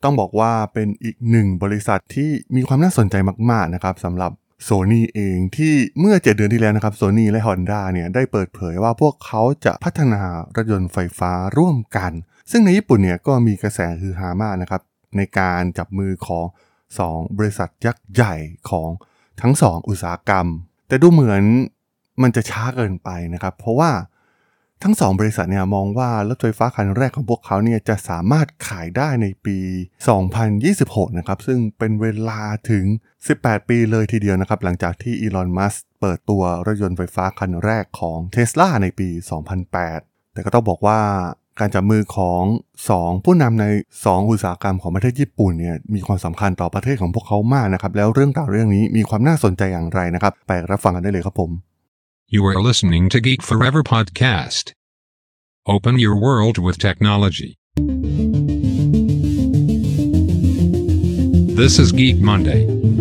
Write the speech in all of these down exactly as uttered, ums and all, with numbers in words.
ต้องบอกว่าเป็นอีกหนึ่งบริษัทที่มีความน่าสนใจมากๆนะครับสำหรับ Sony เองที่เมื่อเจ็ดเดือนที่แล้วนะครับ Sony และ Honda เนี่ยได้เปิดเผยว่าพวกเขาจะพัฒนารถยนต์ไฟฟ้าร่วมกันซึ่งในญี่ปุ่นเนี่ยก็มีกระแสฮือฮามากนะครับในการจับมือของสองบริษัทยักษ์ใหญ่ของทั้งสองอุตสาหกรรมแต่ดูเหมือนมันจะช้าเกินไปนะครับเพราะว่าทั้งสองบริษัทเนี่ยมองว่ารถไฟฟ้าคันแรกของพวกเขาเนี่ยจะสามารถขายได้ในปีสองพันยี่สิบหกนะครับซึ่งเป็นเวลาถึงสิบแปดปีเลยทีเดียวนะครับหลังจากที่อีลอนมัสก์เปิดตัวรถยนต์ไฟฟ้าคันแรกของ Tesla ในปีสองพันแปดแต่ก็ต้องบอกว่าการจับมือของสองผู้นำในสองอุตสาหกรรมของประเทศญี่ปุ่นเนี่ยมีความสำคัญต่อประเทศของพวกเขามากนะครับแล้วเรื่องราวเรื่องนี้มีความน่าสนใจอย่างไรนะครับไปรับฟังกันได้เลยครับผม You are listening to Geek Forever podcast. Open your world with technology. This is Geek Monday.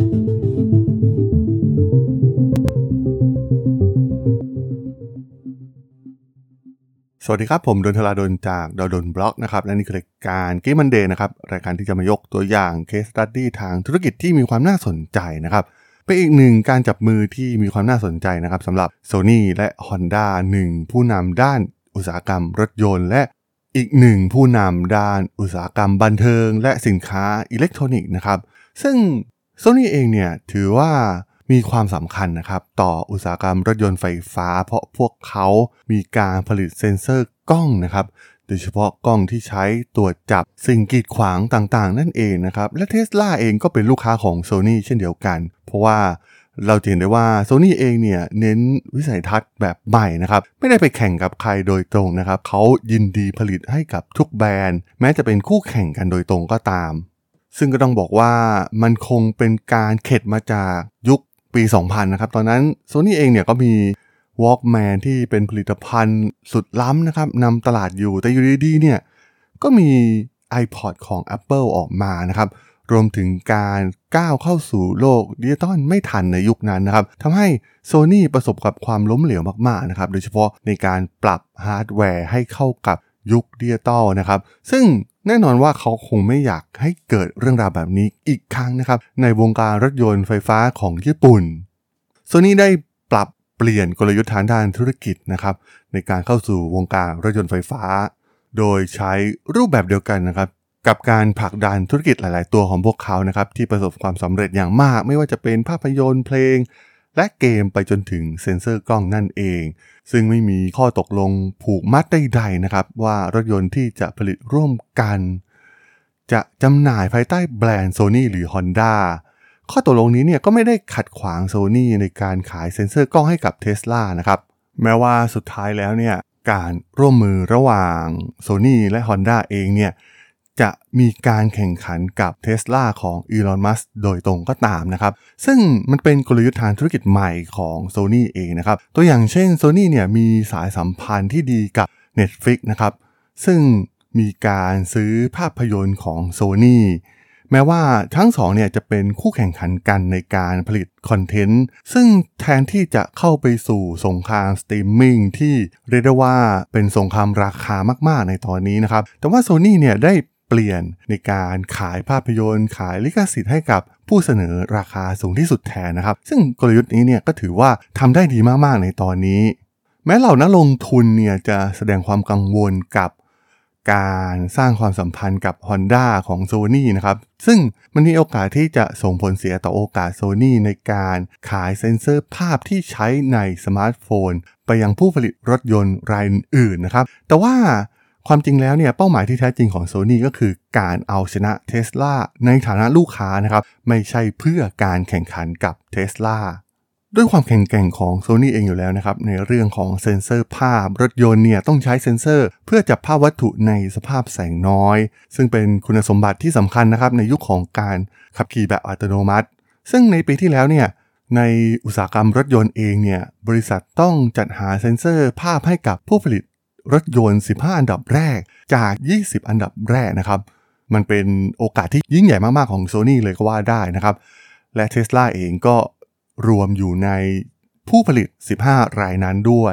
สวัสดีครับผมดนทราดลจากดลบล็อกนะครับและนี่คือรายการ Geek Monday นะครับรายการที่จะมายกตัวอย่าง Case Study ทางธุรกิจที่มีความน่าสนใจนะครับเป็นอีกหนึ่งการจับมือที่มีความน่าสนใจนะครับสำหรับ Sony และ Honda หนึ่งผู้นำด้านอุตสาหกรรมรถยนต์และอีกหนึ่งผู้นำด้านอุตสาหกรรมบันเทิงและสินค้าอิเล็กทรอนิกส์นะครับซึ่ง Sony เองเนี่ยถือว่ามีความสำคัญนะครับต่ออุตสาหกรรมรถยนต์ไฟฟ้าเพราะพวกเขามีการผลิตเซ็นเซอร์กล้องนะครับโดยเฉพาะกล้องที่ใช้ตรวจจับสิ่งกีดขวางต่างๆนั่นเองนะครับและ Tesla เองก็เป็นลูกค้าของ Sony เช่นเดียวกันเพราะว่าเราเห็นได้ว่า Sony เองเนี่ยเน้นวิสัยทัศน์แบบใหม่นะครับไม่ได้ไปแข่งกับใครโดยตรงนะครับเขายินดีผลิตให้กับทุกแบรนด์แม้จะเป็นคู่แข่งกันโดยตรงก็ตามซึ่งก็ต้องบอกว่ามันคงเป็นการเข็ดมาจากยุคปีสองพันนะครับตอนนั้น Sony เองเนี่ยก็มี Walkman ที่เป็นผลิตภัณฑ์สุดล้ำนะครับนำตลาดอยู่แต่อยู่ดีๆเนี่ยก็มี iPod ของ Apple ออกมานะครับรวมถึงการก้าวเข้าสู่โลกดิจิตอลไม่ทันในยุคนั้นนะครับทำให้ Sony ประสบกับความล้มเหลวมากๆนะครับโดยเฉพาะในการปรับฮาร์ดแวร์ให้เข้ากับยุคดิจิตอลนะครับซึ่งแน่นอนว่าเขาคงไม่อยากให้เกิดเรื่องราวแบบนี้อีกครั้งนะครับในวงการรถยนต์ไฟฟ้าของญี่ปุ่น Sony ได้ปรับเปลี่ยนกลยุทธ์ทางด้านธุรกิจนะครับในการเข้าสู่วงการรถยนต์ไฟฟ้าโดยใช้รูปแบบเดียวกันนะครับกับการผลักดันธุรกิจหลายๆตัวของพวกเขานะครับที่ประสบความสำเร็จอย่างมากไม่ว่าจะเป็นภาพยนตร์เพลงและเกมไปจนถึงเซ็นเซอร์กล้องนั่นเองซึ่งไม่มีข้อตกลงผูกมัดใดๆนะครับว่ารถยนต์ที่จะผลิตร่วมกันจะจำหน่ายภายใต้แบรนด์ Sony หรือ Honda ข้อตกลงนี้เนี่ยก็ไม่ได้ขัดขวาง Sony ในการขายเซ็นเซอร์กล้องให้กับ Tesla นะครับแม้ว่าสุดท้ายแล้วเนี่ยการร่วมมือระหว่าง Sony และ Honda เองเนี่ยจะมีการแข่งขันกับ Tesla ของ Elon Musk โดยตรงก็ตามนะครับซึ่งมันเป็นกลยุทธ์ทางธุรกิจใหม่ของ Sony เองนะครับตัวอย่างเช่น Sony เนี่ยมีสายสัมพันธ์ที่ดีกับ Netflix นะครับซึ่งมีการซื้อภาพยนตร์ของ Sony แม้ว่าทั้งสองเนี่ยจะเป็นคู่แข่งขันกันในการผลิตคอนเทนต์ซึ่งแทนที่จะเข้าไปสู่สงครามสตรีมมิ่งที่เรียกได้ว่าเป็นสงครามราคามากๆในตอนนี้นะครับแต่ว่า Sony เนี่ยได้เปลี่ยนในการขายภาพยนตร์ขายลิขสิทธิ์ให้กับผู้เสนอราคาสูงที่สุดแทนนะครับซึ่งกลยุทธ์นี้เนี่ยก็ถือว่าทำได้ดีมากๆในตอนนี้แม้เหล่านักลงทุนเนี่ยจะแสดงความกังวลกับการสร้างความสัมพันธ์กับ Honda ของ Sony นะครับซึ่งมันมีโอกาสที่จะส่งผลเสียต่อโอกาส Sony ในการขายเซ็นเซอร์ภาพที่ใช้ในสมาร์ทโฟนไปยังผู้ผลิตรถยนต์รายอื่นๆนะครับแต่ว่าความจริงแล้วเนี่ยเป้าหมายที่แท้จริงของ Sony ก็คือการเอาชนะ Tesla ในฐานะลูกค้านะครับไม่ใช่เพื่อการแข่งขันกับ Tesla ด้วยความแข็งแกร่งของ Sony เองอยู่แล้วนะครับในเรื่องของเซ็นเซอร์ภาพรถยนต์เนี่ยต้องใช้เซ็นเซอร์เพื่อจับภาพวัตถุในสภาพแสงน้อยซึ่งเป็นคุณสมบัติที่สำคัญนะครับในยุคของการขับขี่แบบอัตโนมัติซึ่งในปีที่แล้วเนี่ยในอุตสาหกรรมรถยนต์เองเนี่ยบริษัทต้องจัดหาเซ็นเซอร์ภาพให้กับผู้ผลิตรถยนต์สิบห้าอันดับแรกจากยี่สิบอันดับแรกนะครับมันเป็นโอกาสที่ยิ่งใหญ่มากๆของ Sony เลยก็ว่าได้นะครับและ Tesla เองก็รวมอยู่ในผู้ผลิตสิบห้ารายนั้นด้วย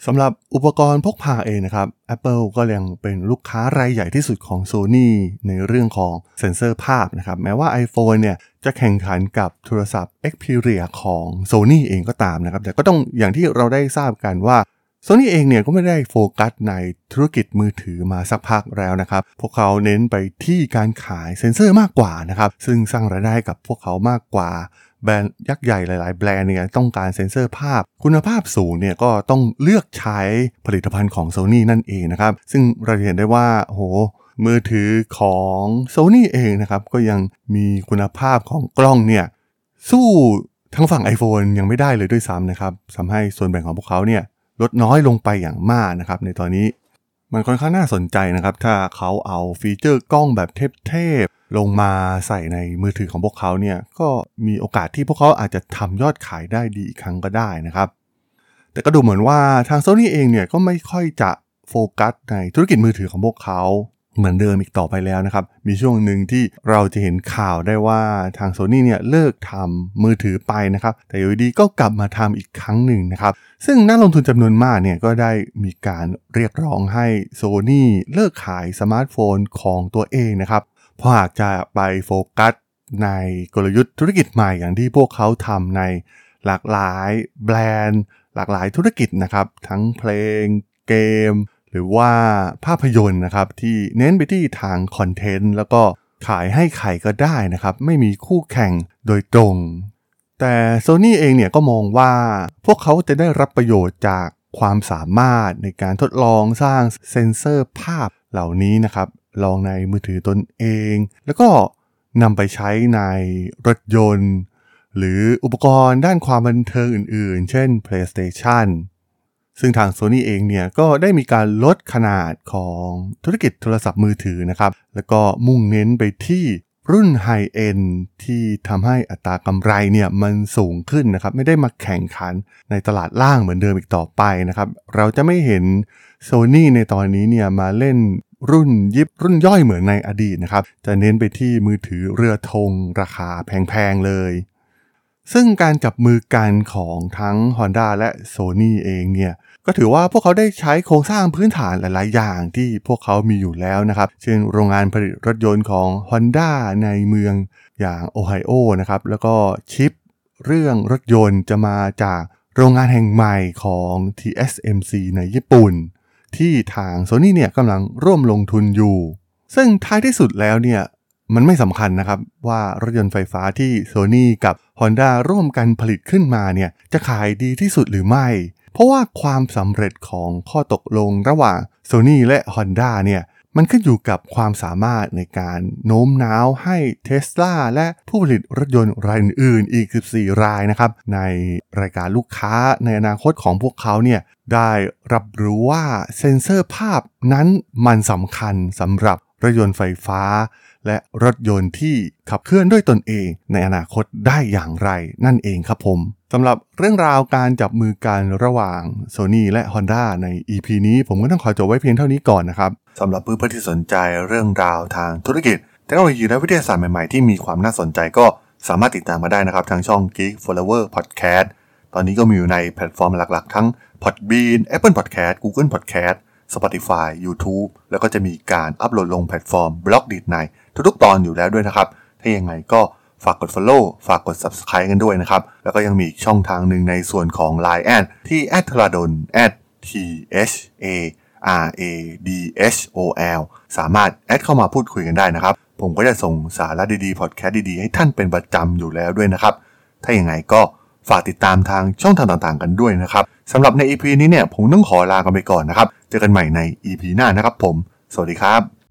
สำหรับอุปกรณ์พกพาเองนะครับ Apple ก็ยังเป็นลูกค้ารายใหญ่ที่สุดของ Sony ในเรื่องของเซ็นเซอร์ภาพนะครับแม้ว่า iPhone เนี่ยจะแข่งขันกับโทรศัพท์ Xperia ของ Sony เองก็ตามนะครับแต่ก็ต้องอย่างที่เราได้ทราบกันว่า Sony เองเนี่ยก็ไม่ได้โฟกัสในธุรกิจมือถือมาสักพักแล้วนะครับพวกเขาเน้นไปที่การขายเซ็นเซอร์มากกว่านะครับซึ่งสร้างรายได้กับพวกเขามากกว่าแบรนด์ยักษ์ใหญ่หลายๆแบรนด์เนี่ยต้องการเซ็นเซอร์ภาพคุณภาพสูงเนี่ยก็ต้องเลือกใช้ผลิตภัณฑ์ของ Sony นั่นเองนะครับซึ่งเราเห็นได้ว่าโหมือถือของ Sony เองนะครับก็ยังมีคุณภาพของกล้องเนี่ยสู้ทั้งฝั่ง iPhone ยังไม่ได้เลยด้วยซ้ำนะครับทำให้ส่วนแบ่งของพวกเขาเนี่ยลดน้อยลงไปอย่างมากนะครับในตอนนี้มันค่อนข้างน่าสนใจนะครับถ้าเขาเอาฟีเจอร์กล้องแบบเทพๆลงมาใส่ในมือถือของพวกเขาเนี่ยก็มีโอกาสที่พวกเขาอาจจะทำยอดขายได้ดีอีกครั้งก็ได้นะครับแต่ก็ดูเหมือนว่าทาง Sony เองเนี่ยก็ไม่ค่อยจะโฟกัสในธุรกิจมือถือของพวกเขาเหมือนเดิมอีกต่อไปแล้วนะครับมีช่วงหนึ่งที่เราจะเห็นข่าวได้ว่าทาง Sony เนี่ยเลิกทำมือถือไปนะครับแต่อยู่ดีก็กลับมาทำอีกครั้งหนึ่งนะครับซึ่งนักลงทุนจำนวนมากเนี่ยก็ได้มีการเรียกร้องให้ Sony เลิกขายสมาร์ทโฟนของตัวเองนะครับเพราะหากจะไปโฟกัสในกลยุทธ์ธุรกิจใหม่อย่างที่พวกเขาทำในหลากหลายแบรนด์หลากหลายธุรกิจนะครับทั้งเพลงเกมหรือว่าภาพยนตร์นะครับที่เน้นไปที่ทางคอนเทนต์แล้วก็ขายให้ใครก็ได้นะครับไม่มีคู่แข่งโดยตรงแต่ Sony เองเนี่ยก็มองว่าพวกเขาจะได้รับประโยชน์จากความสามารถในการทดลองสร้างเซ็นเซอร์ภาพเหล่านี้นะครับลองในมือถือตนเองแล้วก็นำไปใช้ในรถยนต์หรืออุปกรณ์ด้านความบันเทิงอื่นๆเช่น PlayStation ซึ่งทาง Sony เองเนี่ยก็ได้มีการลดขนาดของธุรกิจโทรศัพท์มือถือนะครับแล้วก็มุ่งเน้นไปที่รุ่นไฮเอนด์ที่ทำให้อัตรากำไรเนี่ยมันสูงขึ้นนะครับไม่ได้มาแข่งขันในตลาดล่างเหมือนเดิมอีกต่อไปนะครับเราจะไม่เห็น Sony ในตอนนี้เนี่ยมาเล่นรุ่นยิบรุ่นย่อยเหมือนในอดีตนะครับจะเน้นไปที่มือถือเรือธงราคาแพงๆเลยซึ่งการจับมือกันของทั้ง Honda และ Sony เองเนี่ยก็ถือว่าพวกเขาได้ใช้โครงสร้างพื้นฐานหลายๆอย่างที่พวกเขามีอยู่แล้วนะครับเช่นโรงงานผลิตรถยนต์ของ Honda ในเมืองอย่างโอไฮโอนะครับแล้วก็ชิปเรื่องรถยนต์จะมาจากโรงงานแห่งใหม่ของ ที เอส เอ็ม ซี ในญี่ปุ่นที่ทาง Sony เนี่ยกำลังร่วมลงทุนอยู่ซึ่งท้ายที่สุดแล้วเนี่ยมันไม่สำคัญนะครับว่ารถยนต์ไฟฟ้าที่ Sony กับ Honda ร่วมกันผลิตขึ้นมาเนี่ยจะขายดีที่สุดหรือไม่เพราะว่าความสำเร็จของข้อตกลงระหว่าง Sony และ Honda เนี่ยมันขึ้นอยู่กับความสามารถในการโน้มน้าวให้ Tesla และผู้ผลิตรถยนต์รายอื่นๆอีกสิบสี่รายนะครับในรายการลูกค้าในอนาคตของพวกเขาเนี่ยได้รับรู้ว่าเซ็นเซอร์ภาพนั้นมันสำคัญสำหรับรถยนต์ไฟฟ้าและรถยนต์ที่ขับเคลื่อนด้วยตนเองในอนาคตได้อย่างไรนั่นเองครับผมสำหรับเรื่องราวการจับมือกันระหว่าง Sony และ Honda ใน อี พี นี้ผมก็ต้องขอจบไว้เพียงเท่านี้ก่อนนะครับสำหรับเพื่อนๆที่สนใจเรื่องราวทางธุรกิจเทคโนโลยีและวิทยาศาสตร์ใหม่ๆที่มีความน่าสนใจก็สามารถติดตามมาได้นะครับทางช่อง Geek Flower Podcast ตอนนี้ก็มีอยู่ในแพลตฟอร์มหลักๆทั้ง Podbean Apple Podcast Google Podcast Spotify YouTube แล้วก็จะมีการอัปโหลดลงแพลตฟอร์ม Blogdit ในทุกๆตอนอยู่แล้วด้วยนะครับถ้ายังไงก็ฝากกด follow ฝากกด subscribe กันด้วยนะครับแล้วก็ยังมีช่องทางหนึ่งในส่วนของ ไลน์ แอด ที่ แอท ธราดล แอท ที เอช เอ อาร์ เอ ดี เอช โอ แอล สามารถแอดเข้ามาพูดคุยกันได้นะครับผมก็จะส่งสาระดีๆพอดแคสต์ดีๆให้ท่านเป็นประจำอยู่แล้วด้วยนะครับถ้าอย่างไงก็ฝากติดตามทางช่องทางต่างๆกันด้วยนะครับสำหรับใน อี พี นี้เนี่ยผมต้องขอลากันไปก่อนนะครับเจอกันใหม่ใน อี พี หน้านะครับผมสวัสดีครับ